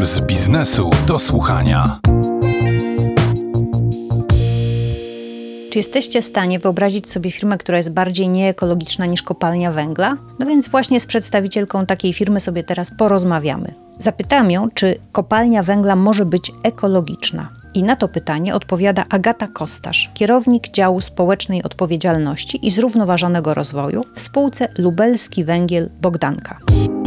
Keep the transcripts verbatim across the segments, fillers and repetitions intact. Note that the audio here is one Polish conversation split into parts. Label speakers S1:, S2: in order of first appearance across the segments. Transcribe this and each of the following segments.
S1: z biznesu do słuchania.
S2: Czy jesteście w stanie wyobrazić sobie firmę, która jest bardziej nieekologiczna niż kopalnia węgla? No więc właśnie z przedstawicielką takiej firmy sobie teraz porozmawiamy. Zapytam ją, czy kopalnia węgla może być ekologiczna. I na to pytanie odpowiada Agata Kostasz, kierownik działu społecznej odpowiedzialności i zrównoważonego rozwoju w spółce Lubelski Węgiel Bogdanka.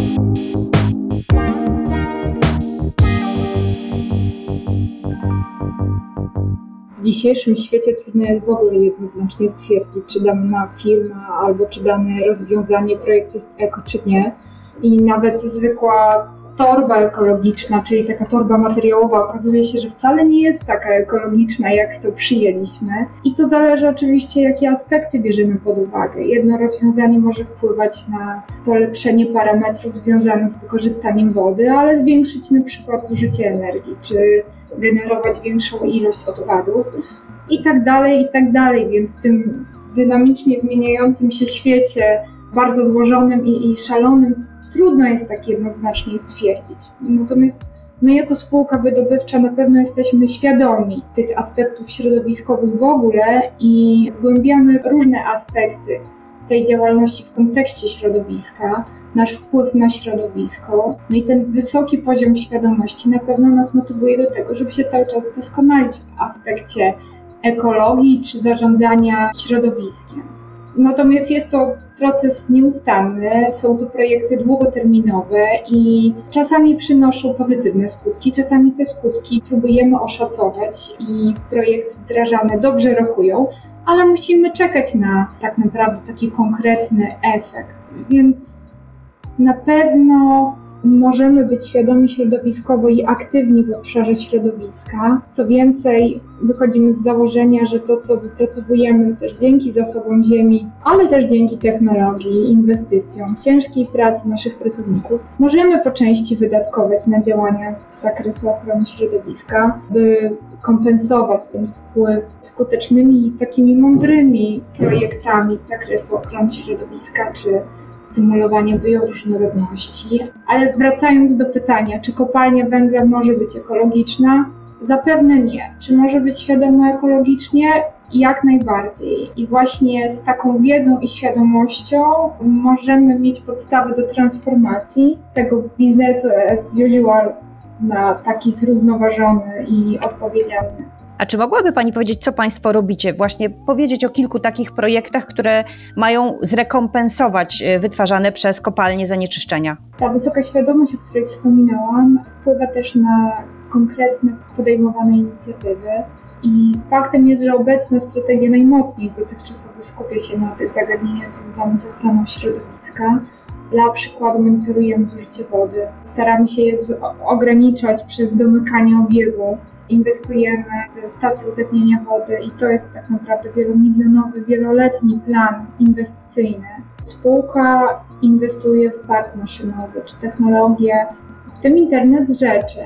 S3: W dzisiejszym świecie trudno jest w ogóle jednoznacznie stwierdzić, czy dana firma albo czy dane rozwiązanie, projekt jest eko, czy nie. I nawet zwykła torba ekologiczna, czyli taka torba materiałowa, okazuje się, że wcale nie jest taka ekologiczna, jak to przyjęliśmy. I to zależy oczywiście, jakie aspekty bierzemy pod uwagę. Jedno rozwiązanie może wpływać na polepszenie parametrów związanych z wykorzystaniem wody, ale zwiększyć na przykład zużycie energii, czy generować większą ilość odpadów i tak dalej, i tak dalej. Więc w tym dynamicznie zmieniającym się świecie, bardzo złożonym i, i szalonym, trudno jest tak jednoznacznie stwierdzić. Natomiast my jako spółka wydobywcza na pewno jesteśmy świadomi tych aspektów środowiskowych w ogóle i zgłębiamy różne aspekty tej działalności w kontekście środowiska, nasz wpływ na środowisko. No i ten wysoki poziom świadomości na pewno nas motywuje do tego, żeby się cały czas doskonalić w aspekcie ekologii czy zarządzania środowiskiem. Natomiast jest to proces nieustanny, są to projekty długoterminowe i czasami przynoszą pozytywne skutki, czasami te skutki próbujemy oszacować i projekty wdrażane dobrze rokują, ale musimy czekać na tak naprawdę taki konkretny efekt. Więc na pewno możemy być świadomi środowiskowo i aktywni w obszarze środowiska. Co więcej, wychodzimy z założenia, że to, co wypracowujemy też dzięki zasobom ziemi, ale też dzięki technologii, inwestycjom, ciężkiej pracy naszych pracowników, możemy po części wydatkować na działania z zakresu ochrony środowiska, by kompensować ten wpływ skutecznymi, takimi mądrymi projektami z zakresu ochrony środowiska czy stymulowania bioróżnorodności. Ale wracając do pytania, czy kopalnia węgla może być ekologiczna? Zapewne nie. Czy może być świadoma ekologicznie? Jak najbardziej. I właśnie z taką wiedzą i świadomością możemy mieć podstawy do transformacji tego biznesu as usual na taki zrównoważony i odpowiedzialny.
S2: A czy mogłaby Pani powiedzieć, co Państwo robicie? Właśnie powiedzieć o kilku takich projektach, które mają zrekompensować wytwarzane przez kopalnie zanieczyszczenia.
S3: Ta wysoka świadomość, o której wspominałam, wpływa też na konkretne podejmowane inicjatywy. I faktem jest, że obecna strategia najmocniej dotychczasowo skupia się na tych zagadnieniach związanych z ochroną środowiska. Dla przykładu monitorujemy zużycie wody, staramy się je ograniczać przez domykanie obiegu, inwestujemy w stacje uzdatniania wody i to jest tak naprawdę wielomilionowy, wieloletni plan inwestycyjny. Spółka inwestuje w park maszynowy czy technologię, w tym internet rzeczy.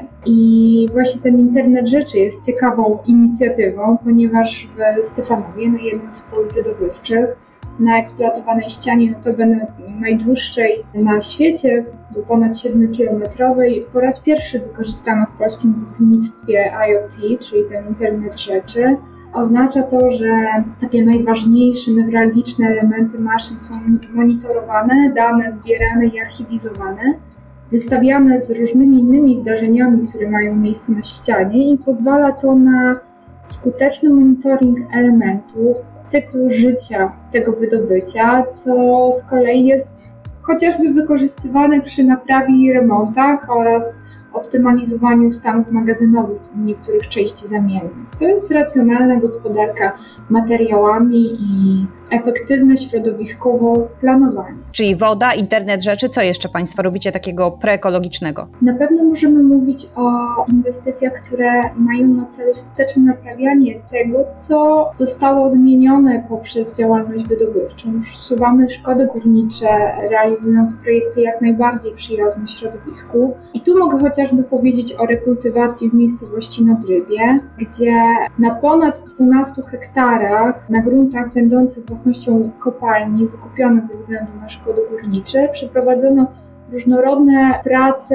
S3: I właśnie ten internet rzeczy jest ciekawą inicjatywą, ponieważ w Stefanowie, na jednym z pól wydobywczych, na eksploatowanej ścianie, notabene najdłuższej na świecie, bo ponad siedmiokilometrowej, po raz pierwszy wykorzystano w polskim budownictwie IoT, czyli ten internet rzeczy. Oznacza to, że takie najważniejsze, newralgiczne elementy maszyn są monitorowane, dane zbierane i archiwizowane, zestawiane z różnymi innymi zdarzeniami, które mają miejsce na ścianie i pozwala to na skuteczny monitoring elementów, cyklu życia tego wydobycia, co z kolei jest chociażby wykorzystywane przy naprawie i remontach oraz optymalizowaniu stanów magazynowych niektórych części zamiennych. To jest racjonalna gospodarka materiałami i efektywne środowiskowo planowanie.
S2: Czyli woda, internet rzeczy, co jeszcze Państwo robicie takiego preekologicznego?
S3: Na pewno możemy mówić o inwestycjach, które mają na celu skuteczne naprawianie tego, co zostało zmienione poprzez działalność wydobywczą. Już usuwamy szkody górnicze, realizując projekty jak najbardziej przyjazne środowisku. I tu mogę chociażby powiedzieć o rekultywacji w miejscowości Nadrybie, gdzie na ponad dwunastu hektarach, na gruntach będących własnością kopalni, wykupionych ze względu na szkody górnicze, przeprowadzono różnorodne prace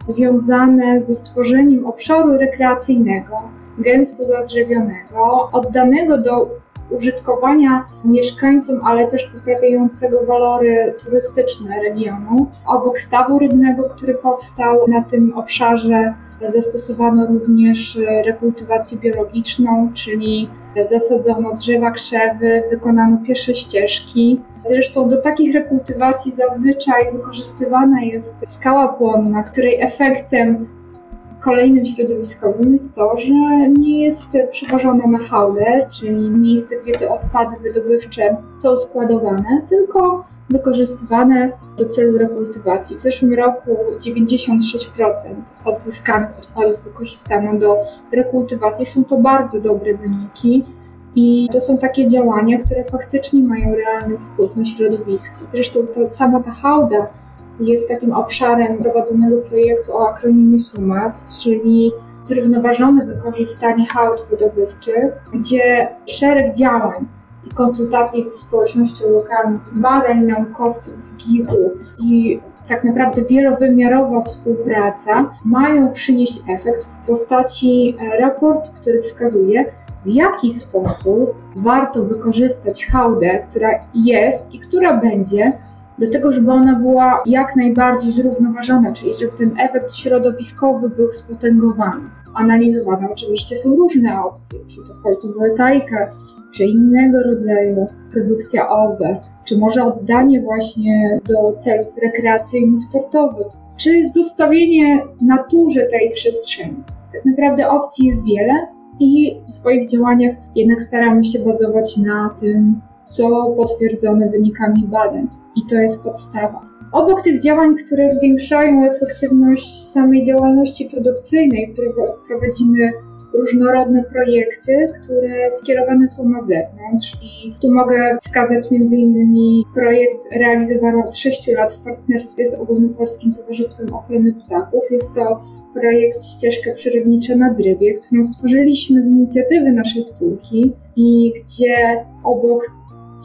S3: związane ze stworzeniem obszaru rekreacyjnego, gęsto zadrzewionego, oddanego do użytkowania mieszkańcom, ale też poprawiającego walory turystyczne regionu. Obok stawu rybnego, który powstał na tym obszarze, zastosowano również rekultywację biologiczną, czyli zasadzono drzewa, krzewy, wykonano piesze ścieżki. Zresztą do takich rekultywacji zazwyczaj wykorzystywana jest skała płonna, której efektem kolejnym środowiskowym jest to, że nie jest przewożone na hałdę, czyli miejsce, gdzie te odpady wydobywcze są składowane, tylko wykorzystywane do celu rekultywacji. W zeszłym roku dziewięćdziesiąt sześć procent odzyskanych odpadów wykorzystano do rekultywacji. Są to bardzo dobre wyniki i to są takie działania, które faktycznie mają realny wpływ na środowisko. Zresztą ta sama ta hałda jest takim obszarem prowadzonego projektu o akronimie SUMAT, czyli zrównoważone wykorzystanie hałd wydobywczych, gdzie szereg działań i konsultacji ze społecznością lokalną, badań naukowców z G I U i tak naprawdę wielowymiarowa współpraca mają przynieść efekt w postaci raportu, który wskazuje, w jaki sposób warto wykorzystać hałdę, która jest i która będzie, do tego, żeby ona była jak najbardziej zrównoważona, czyli żeby ten efekt środowiskowy był spotęgowany. Analizowane oczywiście są różne opcje, czy to fotowoltaika, czy innego rodzaju produkcja O Z E, czy może oddanie właśnie do celów rekreacyjno-sportowych, czy zostawienie naturze tej przestrzeni. Tak naprawdę opcji jest wiele i w swoich działaniach jednak staramy się bazować na tym, co potwierdzone wynikami badań. I to jest podstawa. Obok tych działań, które zwiększają efektywność samej działalności produkcyjnej, prowadzimy różnorodne projekty, które skierowane są na zewnątrz i tu mogę wskazać między innymi projekt realizowany od sześciu lat w partnerstwie z Ogólnopolskim Towarzystwem Ochrony Ptaków. Jest to projekt Ścieżka Przyrodnicza na Drybie, którą stworzyliśmy z inicjatywy naszej spółki i gdzie obok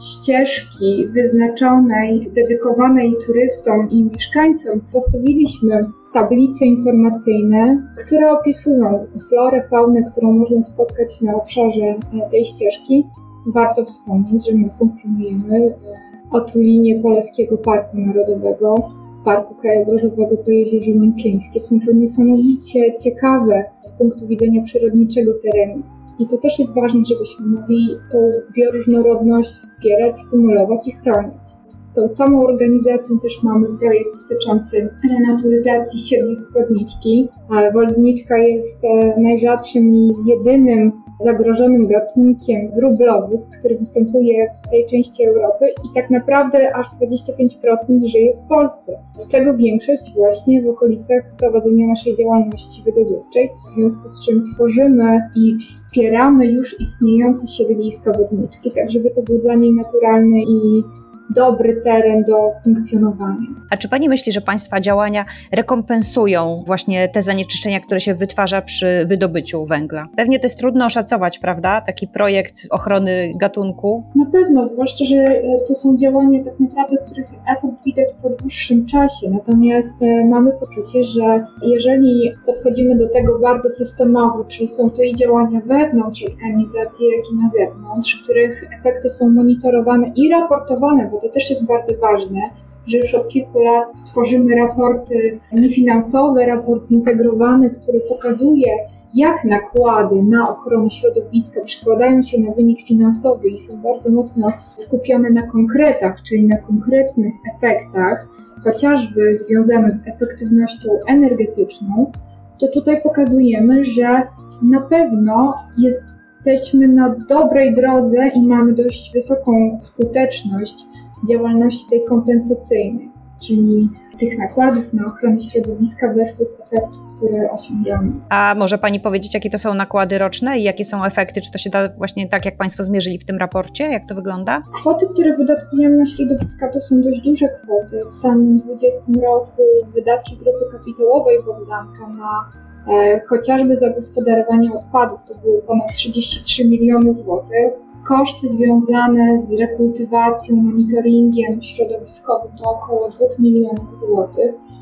S3: ścieżki wyznaczonej, dedykowanej turystom i mieszkańcom postawiliśmy tablice informacyjne, które opisują florę, faunę, którą można spotkać na obszarze tej ścieżki. Warto wspomnieć, że my funkcjonujemy w otulinie Polskiego Parku Narodowego, Parku Krajobrazowego Pojezierze Męczyńskie. Są to niesamowicie ciekawe z punktu widzenia przyrodniczego terenu. I to też jest ważne, żebyśmy mogli tą bioróżnorodność wspierać, stymulować i chronić. Z tą samą organizacją też mamy projekt dotyczący renaturyzacji siedlisk wodniczki. Wodniczka jest najrzadszym i jedynym zagrożonym gatunkiem wróblowych, który występuje w tej części Europy i tak naprawdę aż dwadzieścia pięć procent żyje w Polsce, z czego większość właśnie w okolicach prowadzenia naszej działalności wydobywczej, w związku z czym tworzymy i wspieramy już istniejące siedliska wodniczki, tak żeby to był dla niej naturalny i dobry teren do funkcjonowania.
S2: A czy Pani myśli, że Państwa działania rekompensują właśnie te zanieczyszczenia, które się wytwarza przy wydobyciu węgla? Pewnie to jest trudno oszacować, prawda? Taki projekt ochrony gatunku.
S3: Na pewno, zwłaszcza, że to są działania tak naprawdę, których efekt widać po dłuższym czasie. Natomiast mamy poczucie, że jeżeli podchodzimy do tego bardzo systemowo, czyli są to i działania wewnątrz organizacji, jak i na zewnątrz, których efekty są monitorowane i raportowane, bo to też jest bardzo ważne, że już od kilku lat tworzymy raporty niefinansowe, raport zintegrowany, który pokazuje, jak nakłady na ochronę środowiska przekładają się na wynik finansowy i są bardzo mocno skupione na konkretach, czyli na konkretnych efektach, chociażby związanych z efektywnością energetyczną, to tutaj pokazujemy, że na pewno jesteśmy na dobrej drodze i mamy dość wysoką skuteczność działalności tej kompensacyjnej, czyli tych nakładów na ochronę środowiska versus efektów, które osiągamy.
S2: A może Pani powiedzieć, jakie to są nakłady roczne i jakie są efekty? Czy to się da właśnie tak, jak Państwo zmierzyli w tym raporcie? Jak to wygląda?
S3: Kwoty, które wydatkujemy na środowiska, to są dość duże kwoty. W samym dwudziestym roku wydatki Grupy Kapitałowej Bogdanka na e, chociażby zagospodarowanie odpadów to było ponad trzydzieści trzy miliony złotych. Koszty związane z rekultywacją, monitoringiem środowiskowym to około dwóch milionów złotych.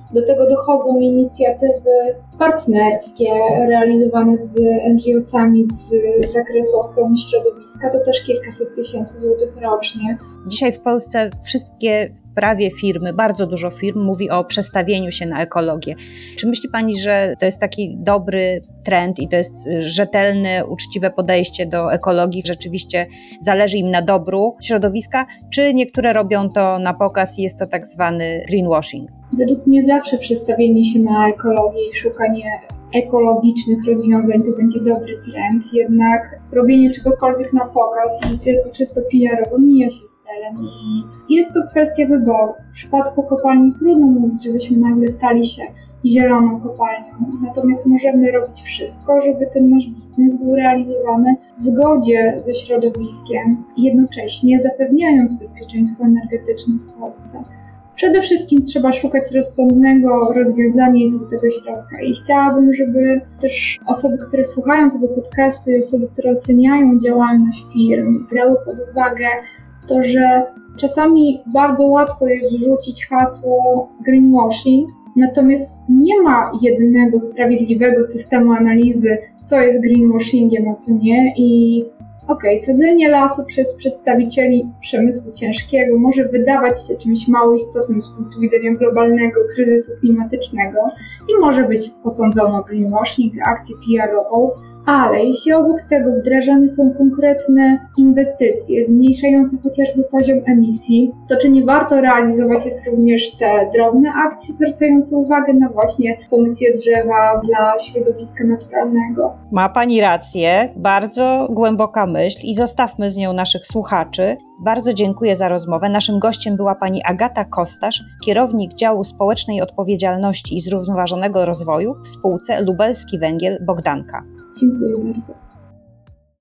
S3: Do tego dochodzą inicjatywy partnerskie realizowane z en dżi osami z zakresu ochrony środowiska. To też kilkaset tysięcy złotych rocznie.
S2: Dzisiaj w Polsce wszystkie prawie firmy, bardzo dużo firm mówi o przestawieniu się na ekologię. Czy myśli Pani, że to jest taki dobry trend i to jest rzetelne, uczciwe podejście do ekologii? Rzeczywiście zależy im na dobru środowiska, czy niektóre robią to na pokaz i jest to tak zwany greenwashing?
S3: Według mnie zawsze przestawienie się na ekologię i szukanie ekologicznych rozwiązań to będzie dobry trend, jednak robienie czegokolwiek na pokaz i tylko czysto P R owo mija się z celem i jest to kwestia wyboru. W przypadku kopalni trudno mówić, żebyśmy nagle stali się zieloną kopalnią, natomiast możemy robić wszystko, żeby ten nasz biznes był realizowany w zgodzie ze środowiskiem i jednocześnie zapewniając bezpieczeństwo energetyczne w Polsce. Przede wszystkim trzeba szukać rozsądnego rozwiązania i złotego środka. I chciałabym, żeby też osoby, które słuchają tego podcastu i osoby, które oceniają działalność firm, brały pod uwagę to, że czasami bardzo łatwo jest rzucić hasło greenwashing, natomiast nie ma jednego sprawiedliwego systemu analizy, co jest greenwashingiem, a co nie. I Okej, okay, sadzenie lasu przez przedstawicieli przemysłu ciężkiego może wydawać się czymś mało istotnym z punktu widzenia globalnego kryzysu klimatycznego i może być posądzono o greenwashing, akcję P R ową, ale jeśli obok tego wdrażane są konkretne inwestycje zmniejszające chociażby poziom emisji, to czy nie warto realizować jest również te drobne akcje zwracające uwagę na właśnie funkcję drzewa dla środowiska naturalnego?
S2: Ma Pani rację, bardzo głęboka myśl i zostawmy z nią naszych słuchaczy. Bardzo dziękuję za rozmowę. Naszym gościem była Pani Agata Kostasz, kierownik działu społecznej odpowiedzialności i zrównoważonego rozwoju w spółce Lubelski Węgiel Bogdanka.
S3: Dziękuję bardzo.